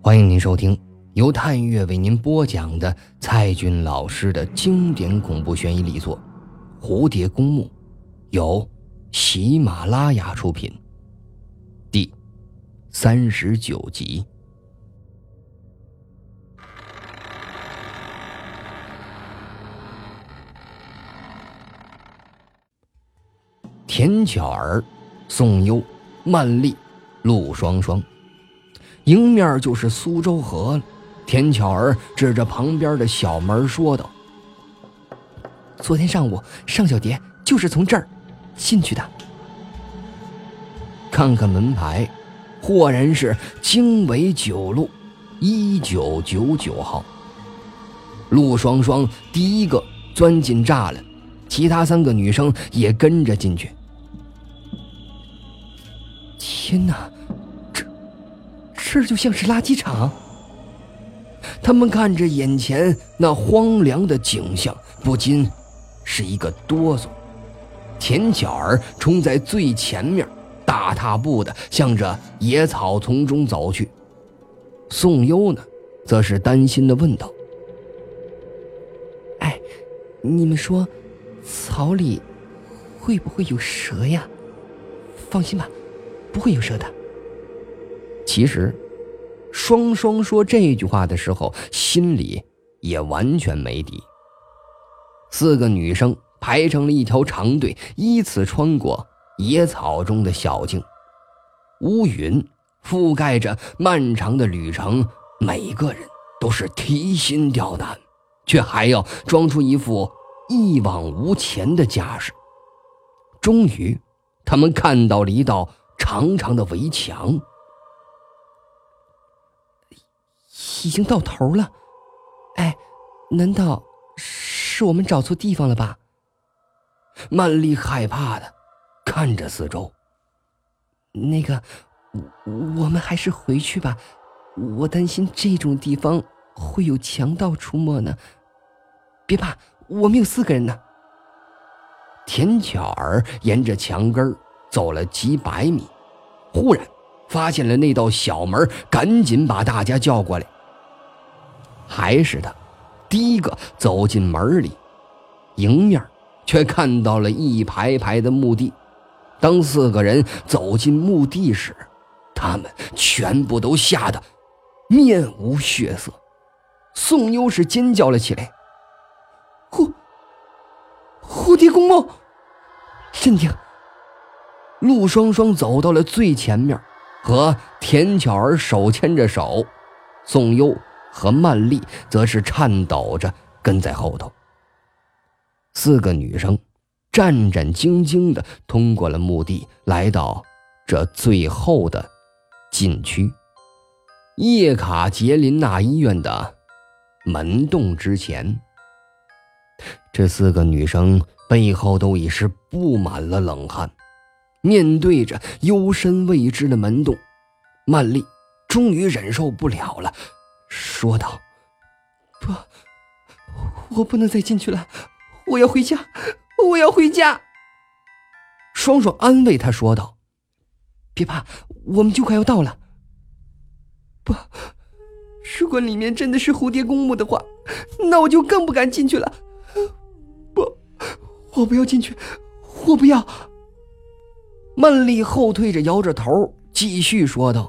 欢迎您收听由探月为您播讲的蔡军老师的经典恐怖悬疑力作《蝴蝶公墓》，由喜马拉雅出品，第39集。田巧儿、宋优、曼丽、陆双双，迎面就是苏州河了。田巧儿指着旁边的小门说道：“ 昨天上午尚小蝶就是从这儿进去的。” 看看门牌，豁然是经纬9路1999号。陆双双第一个钻进栅栏，其他3个女生也跟着进去。 天哪，这就像是垃圾场。 他们看着眼前那荒凉的景象，不禁是一个哆嗦。田巧儿冲在最前面，大踏步的向着野草丛中走去。宋优呢，则是担心的问道：“ 哎，你们说草里会不会有蛇呀？”“放心吧，不会有蛇的。” 其实双双说这句话的时候，心里也完全没底。4个女生排成了一条长队，依次穿过野草中的小径。乌云覆盖着漫长的旅程，每个人都是提心吊胆，却还要装出一副一往无前的架势。终于他们看到了一道长长的围墙， 已经到头了。哎，难道是我们找错地方了吧？ 曼丽害怕的看着四周。 那个，我们还是回去吧，我担心这种地方会有强盗出没呢。别怕，我们有4个人呢。 田巧儿沿着墙根走了几百米，忽然发现了那道小门，赶紧把大家叫过来。还是他第一个走进门里，迎面却看到了一排排的墓地。当4个人走进墓地时，他们全部都吓得面无血色。宋优是尖叫了起来：“ 蝴蝶公墓！”镇定。 陆双双走到了最前面，和田巧儿手牵着手，宋优和曼丽则是颤抖着跟在后头。4个女生战战兢兢地通过了墓地，来到这最后的禁区——叶卡捷琳娜医院的门洞之前。这4个女生背后都已是布满了冷汗，面对着幽深未知的门洞，曼丽终于忍受不了了，说道：“ 不，我不能再进去了，我要回家，我要回家。” 双双安慰他说道：“ 别怕，我们就快要到了。”“不，如果里面真的是蝴蝶公墓的话，那我就更不敢进去了。不，我不要进去，我不要。” 曼丽后退着摇着头继续说道：“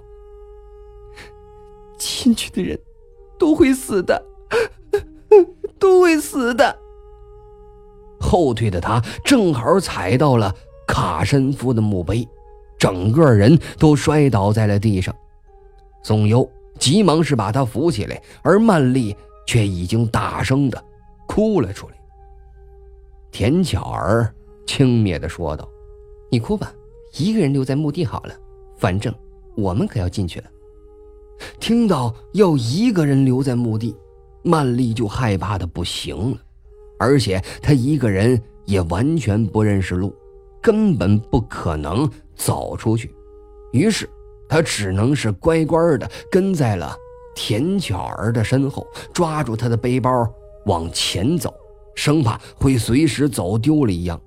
进去的人都会死的，都会死的。” 后退的他正好踩到了卡申夫的墓碑，整个人都摔倒在了地上。宋优急忙是把他扶起来，而曼丽却已经大声的哭了出来。田巧儿轻蔑地说道：“ 你哭吧，一个人留在墓地好了，反正我们可要进去了。” 听到要一个人留在墓地，曼丽就害怕的不行了，而且她一个人也完全不认识路，根本不可能走出去。于是她只能是乖乖的跟在了田巧儿的身后，抓住她的背包往前走，生怕会随时走丢了一样。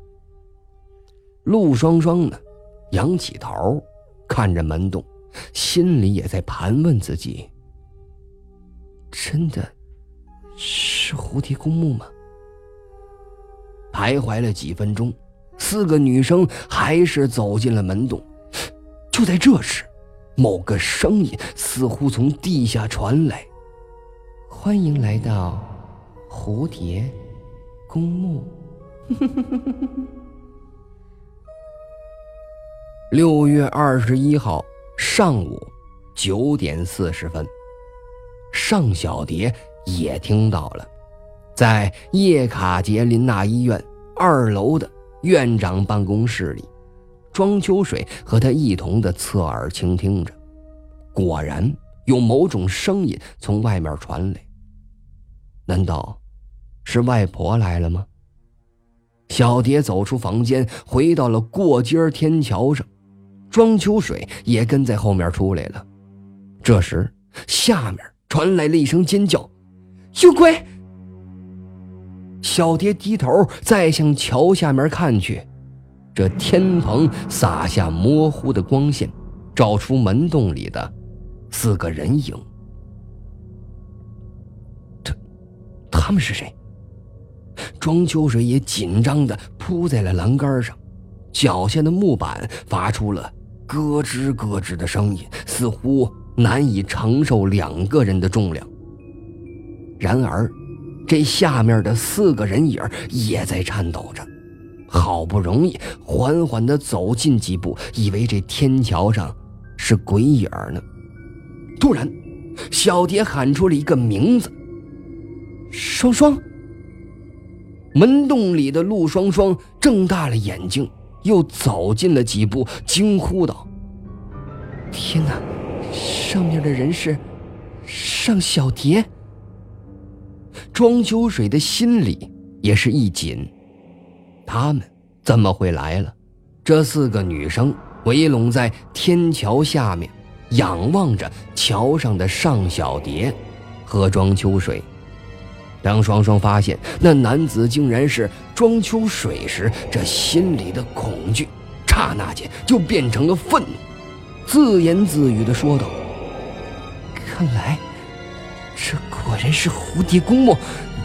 陆双双呢，仰起头看着门洞，心里也在盘问自己真的是蝴蝶公墓吗？ 徘徊了几分钟，4个女生还是走进了门洞。就在这时，某个声音似乎从地下传来：“ 欢迎来到蝴蝶公墓。 ”6月21号上午9点40分，尚小蝶也听到了，在叶卡捷琳娜医院2楼的院长办公室里，庄秋水和他一同的侧耳倾听着。果然有某种声音从外面传来，难道是外婆来了吗？小蝶走出房间，回到了过街天桥上，庄秋水也跟在后面出来了。这时下面传来了一声尖叫：“ 有鬼！” 小蝶低头再向桥下面看去，这天棚洒下模糊的光线，照出门洞里的4个人影。他们是谁？庄秋水也紧张地扑在了栏杆上，脚下的木板发出了咯吱咯吱的声音，似乎难以承受2个人的重量。然而这下面的4个人影也在颤抖着，好不容易缓缓地走近几步，以为这天桥上是鬼影呢。突然小蝶喊出了一个名字：“ 双双。” 门洞里的陆双双睁大了眼睛，又走近了几步，惊呼道：“ 天哪，上面的人是尚小蝶！” 庄秋水的心里也是一紧，他们怎么会来了？这4个女生围拢在天桥下面，仰望着桥上的尚小蝶和庄秋水。当双双发现那男子竟然是庄秋水时，这心里的恐惧刹那间就变成了愤怒，自言自语地说道：“ 看来这果然是蝴蝶公墓，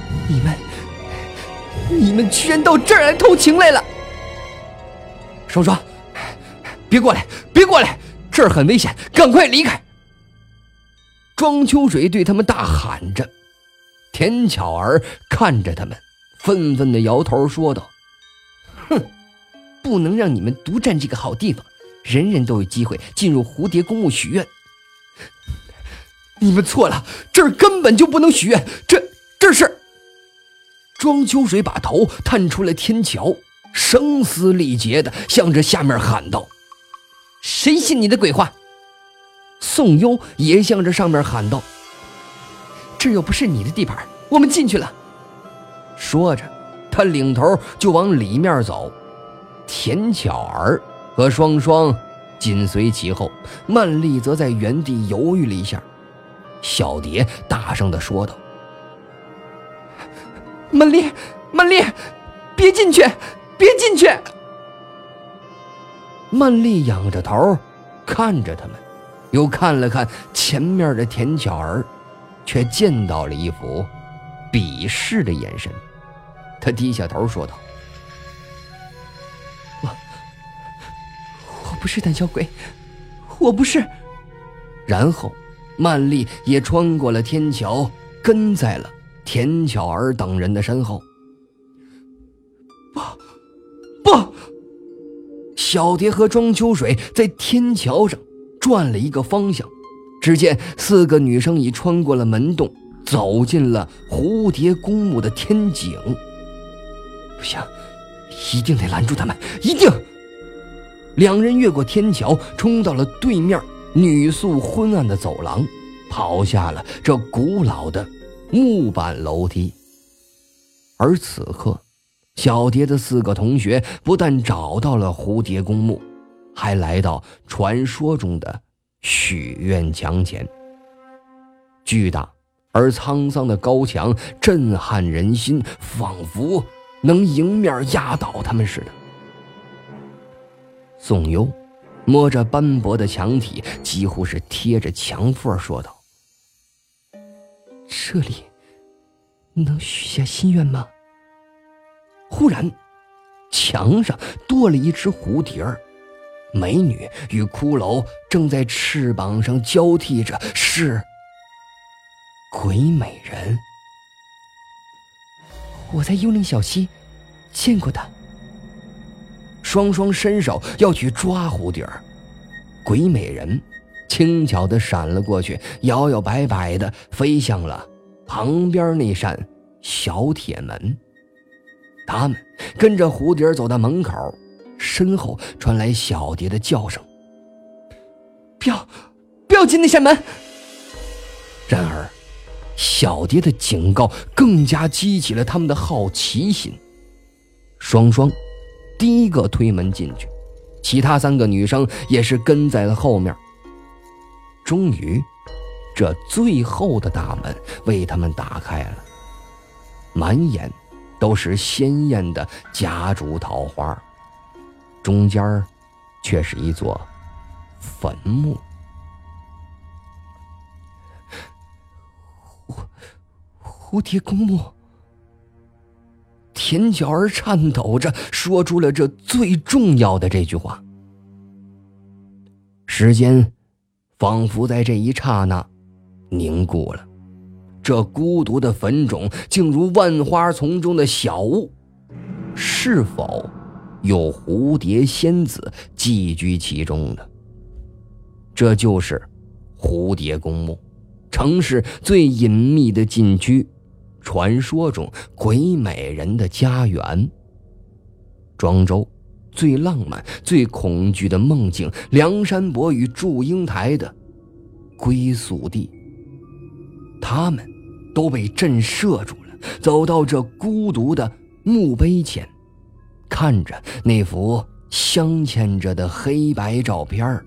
你们居然到这儿来偷情来了！ 双双，别过来，别过来，这儿很危险，赶快离开！”庄秋水对他们大喊着。田巧儿看着他们，愤愤地摇头说道：“ 哼，不能让你们独占这个好地方，人人都有机会进入蝴蝶公墓许愿。 你们错了，这儿根本就不能许愿，这是……”庄秋水把头探出了天桥，声嘶力竭地向着下面喊道：“ 谁信你的鬼话？” 宋优也向着上面喊道：“ 这又不是你的地盘，我们进去了。” 说着他领头就往里面走，田巧儿和双双紧随其后，曼丽则在原地犹豫了一下。小蝶大声地说道：“ 曼丽，别进去，别进去！” 曼丽仰着头看着他们，又看了看前面的田巧儿，却见到了一副鄙视的眼神。他低下头说道：“ 我不是胆小鬼，我不是。” 然后曼丽也穿过了天桥，跟在了田巧儿等人的身后。不！小蝶和庄秋水在天桥上转了一个方向，只见4个女生已穿过了门洞，走进了蝴蝶公墓的天井。不行，一定得拦住他们，一定！2人越过天桥，冲到了对面女宿昏暗的走廊，跑下了这古老的木板楼梯。而此刻小蝶的4个同学不但找到了蝴蝶公墓，还来到传说中的许愿墙前。巨大而沧桑的高墙震撼人心，仿佛能迎面压倒他们似的。宋优摸着斑驳的墙体，几乎是贴着墙缝说道：“ 这里能许下心愿吗？ 忽然墙上多了一只蝴蝶儿，美女与骷髅正在翅膀上交替着，是鬼美人。 我在幽灵小溪见过她。 双双伸手要去抓蝴蝶儿，鬼美人轻巧地闪了过去，摇摇摆摆地飞向了旁边那扇小铁门。他们跟着蝴蝶走到门口，身后传来小蝶的叫声：“ 不要进那扇门！” 然而小蝶的警告更加激起了他们的好奇心。双双第一个推门进去，其他3个女生也是跟在了后面。终于这最后的大门为他们打开了，满眼都是鲜艳的夹竹桃花，中间却是一座坟墓。 蝴蝶公墓。 田角儿颤抖着说出了这最重要的这句话。时间仿佛在这一刹那凝固了，这孤独的坟冢竟如万花丛中的小屋，是否有蝴蝶仙子寄居其中呢？这就是蝴蝶公墓，城市最隐秘的禁区，传说中鬼美人的家园。庄周最浪漫最恐惧的梦境，梁山伯与祝英台的归宿地，他们都被震慑住了，走到这孤独的墓碑前，看着那幅镶嵌着的黑白照片。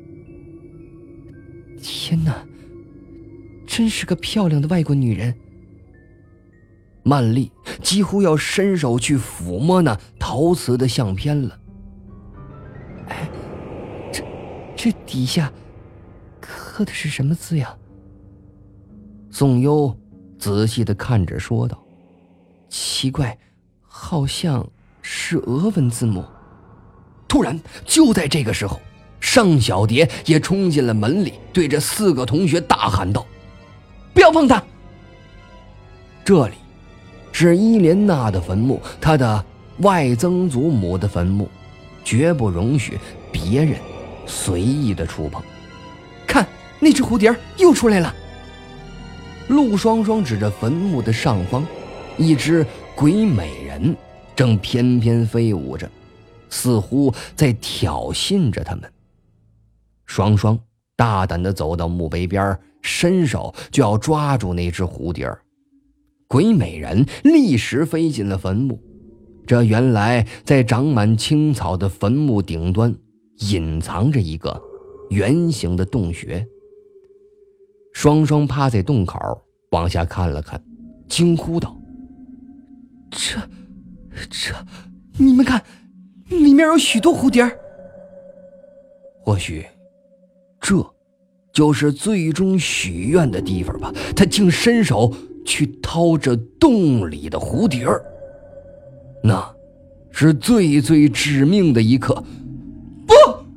天哪，真是个漂亮的外国女人。 曼丽几乎要伸手去抚摸那陶瓷的相片了。 哎，这底下刻的是什么字呀？ 宋优仔细地看着说道：“ 奇怪，好像是俄文字母。” 突然，就在这个时候，尚小蝶也冲进了门里，对着4个同学大喊道：“ 不要碰他！” 这里是伊莲娜的坟墓，她的外曾祖母的坟墓，绝不容许别人随意的触碰。 看，那只蝴蝶又出来了。 陆双双指着坟墓的上方，一只鬼美人正翩翩飞舞着，似乎在挑衅着他们。双双大胆地走到墓碑边，伸手就要抓住那只蝴蝶。鬼美人立时飞进了坟墓，这原来在长满青草的坟墓顶端隐藏着一个圆形的洞穴。双双趴在洞口往下看了看，惊呼道：“ 这，你们看，里面有许多蝴蝶。 或许这就是最终许愿的地方吧。”他竟伸手去掏着洞里的蝴蝶，那是最致命的一刻。 不！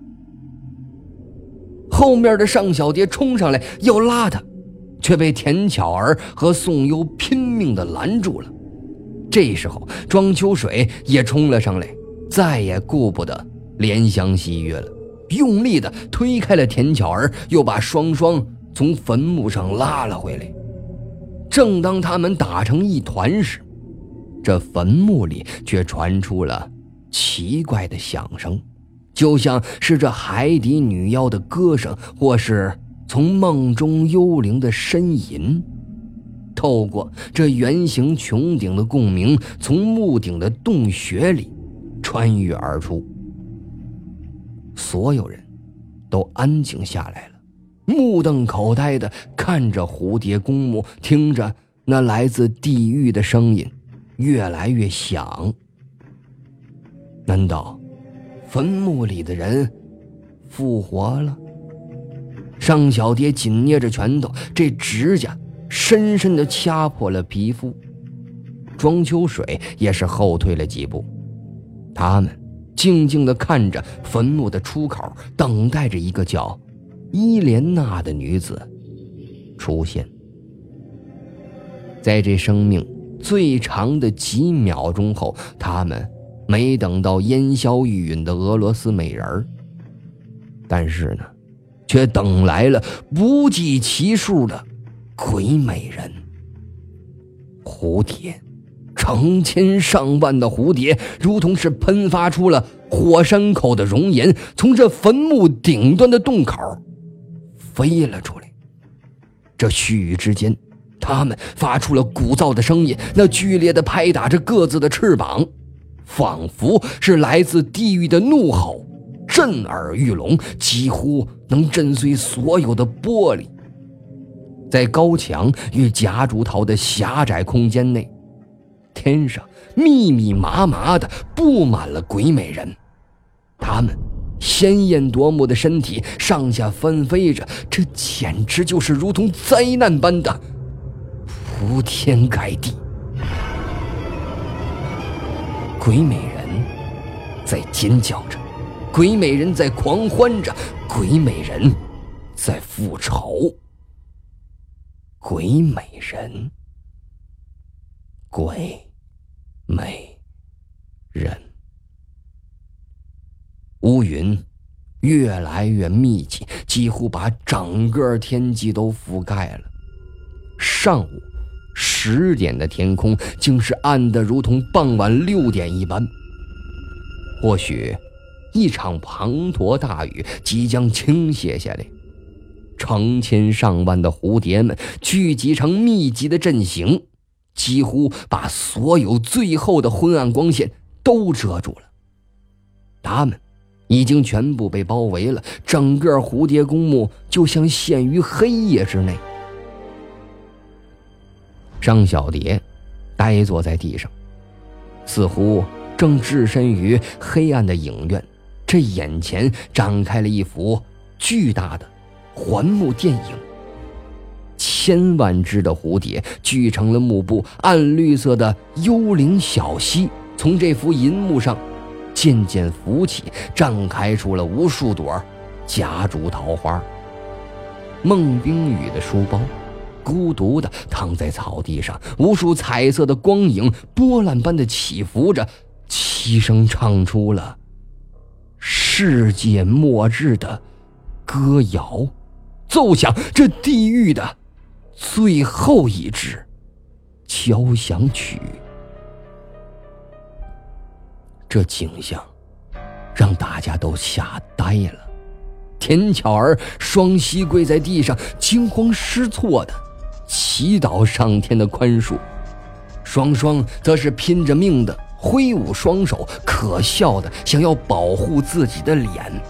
后面的尚小蝶冲上来要拉他，却被田巧儿和宋优拼命地拦住了。这时候庄秋水也冲了上来，再也顾不得怜香惜月了，用力地推开了田巧儿，又把双双从坟墓上拉了回来。正当他们打成一团时，这坟墓里却传出了奇怪的响声，就像是这海底女妖的歌声，或是从梦中幽灵的呻吟。透过这圆形穹顶的共鸣，从墓顶的洞穴里穿越而出。所有人都安静下来了，目瞪口呆地看着蝴蝶公墓，听着那来自地狱的声音越来越响。难道坟墓里的人复活了？尚小蝶紧捏着拳头，这指甲深深地掐破了皮肤。庄秋水也是后退了几步，他们静静地看着坟墓的出口，等待着一个叫伊莲娜的女子出现。在这生命最长的几秒钟后，他们没等到烟消玉殒的俄罗斯美人儿，但是呢，却等来了不计其数的鬼美人。蝴蝶，成千上万的蝴蝶，如同是喷发出了火山口的熔岩，从这坟墓顶端的洞口飞了出来。这须臾之间，它们发出了鼓噪的声音，那剧烈地拍打着各自的翅膀，仿佛是来自地狱的怒吼，震耳欲聋，几乎能震碎所有的玻璃。在高墙与夹竹桃的狭窄空间内，天上密密麻麻地布满了鬼美人，它们鲜艳夺目的身体上下翻飞着，这简直就是如同灾难般的铺天盖地。鬼美人在尖叫着，鬼美人在狂欢着，鬼美人在复仇。鬼美人，鬼美人。乌云越来越密集，几乎把整个天际都覆盖了。上午10点的天空竟是暗得如同傍晚6点一般。或许一场滂沱大雨即将倾泻下来，成千上万的蝴蝶们聚集成密集的阵型，几乎把所有最后的昏暗光线都遮住了。它们已经全部被包围了，整个蝴蝶公墓就像陷于黑夜之内。张小蝶呆坐在地上，似乎正置身于黑暗的影院，这眼前展开了一幅巨大的环幕电影。千万只的蝴蝶聚成了幕布，暗绿色的幽灵小溪从这幅银幕上渐渐浮起，绽开出了无数朵夹竹桃花。孟冰雨的书包孤独地躺在草地上，无数彩色的光影波澜般的起伏着，齐声唱出了世界末日的歌谣，奏响这地狱的最后一支交响曲。这景象让大家都吓呆了。田巧儿双膝跪在地上，惊慌失措的祈祷上天的宽恕，双双则是拼着命的挥舞双手，可笑的想要保护自己的脸。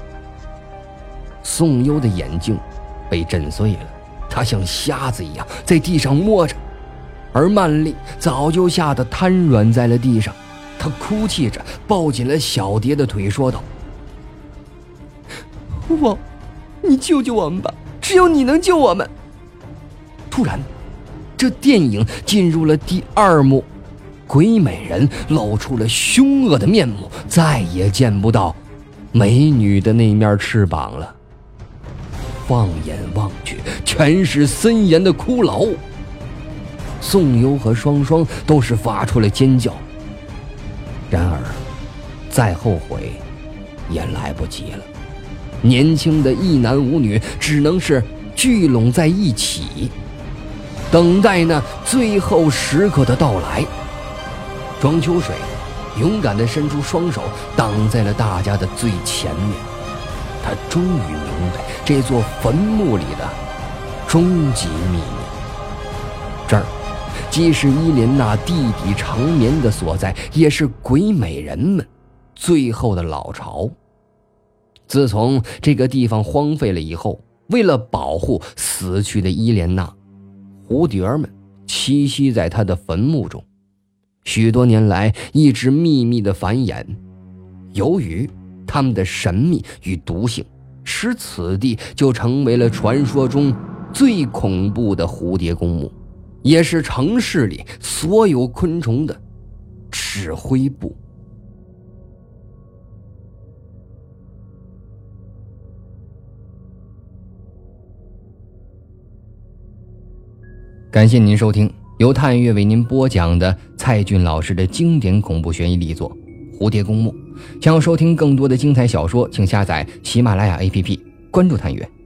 宋优的眼睛被震碎了，他像瞎子一样在地上摸着，而曼丽早就吓得瘫软在了地上。他哭泣着抱紧了小蝶的腿，说道： 父王，你救救我们吧，只有你能救我们。 突然，这电影进入了第2幕，鬼美人露出了凶恶的面目，再也见不到美女的那面翅膀了。放眼望去，全是森严的骷髅。宋优和双双都是发出了尖叫，然而再后悔也来不及了。年轻的一男五女只能是聚拢在一起，等待那最后时刻的到来。庄秋水勇敢地伸出双手，挡在了大家的最前面。他终于明白这座坟墓里的终极秘密。这儿既是伊莲娜地底长眠的所在，也是鬼美人们最后的老巢。自从这个地方荒废了以后，为了保护死去的伊莲娜，蝴蝶们栖息在她的坟墓中，许多年来一直秘密的繁衍。由于它们的神秘与毒性，使此地就成为了传说中最恐怖的蝴蝶公墓。 也是城市里所有昆虫的指挥部。感谢您收听由探月为您播讲的蔡骏老师的经典恐怖悬疑力作《蝴蝶公墓》。想要收听更多的精彩小说，请下载喜马拉雅 APP， 关注探月。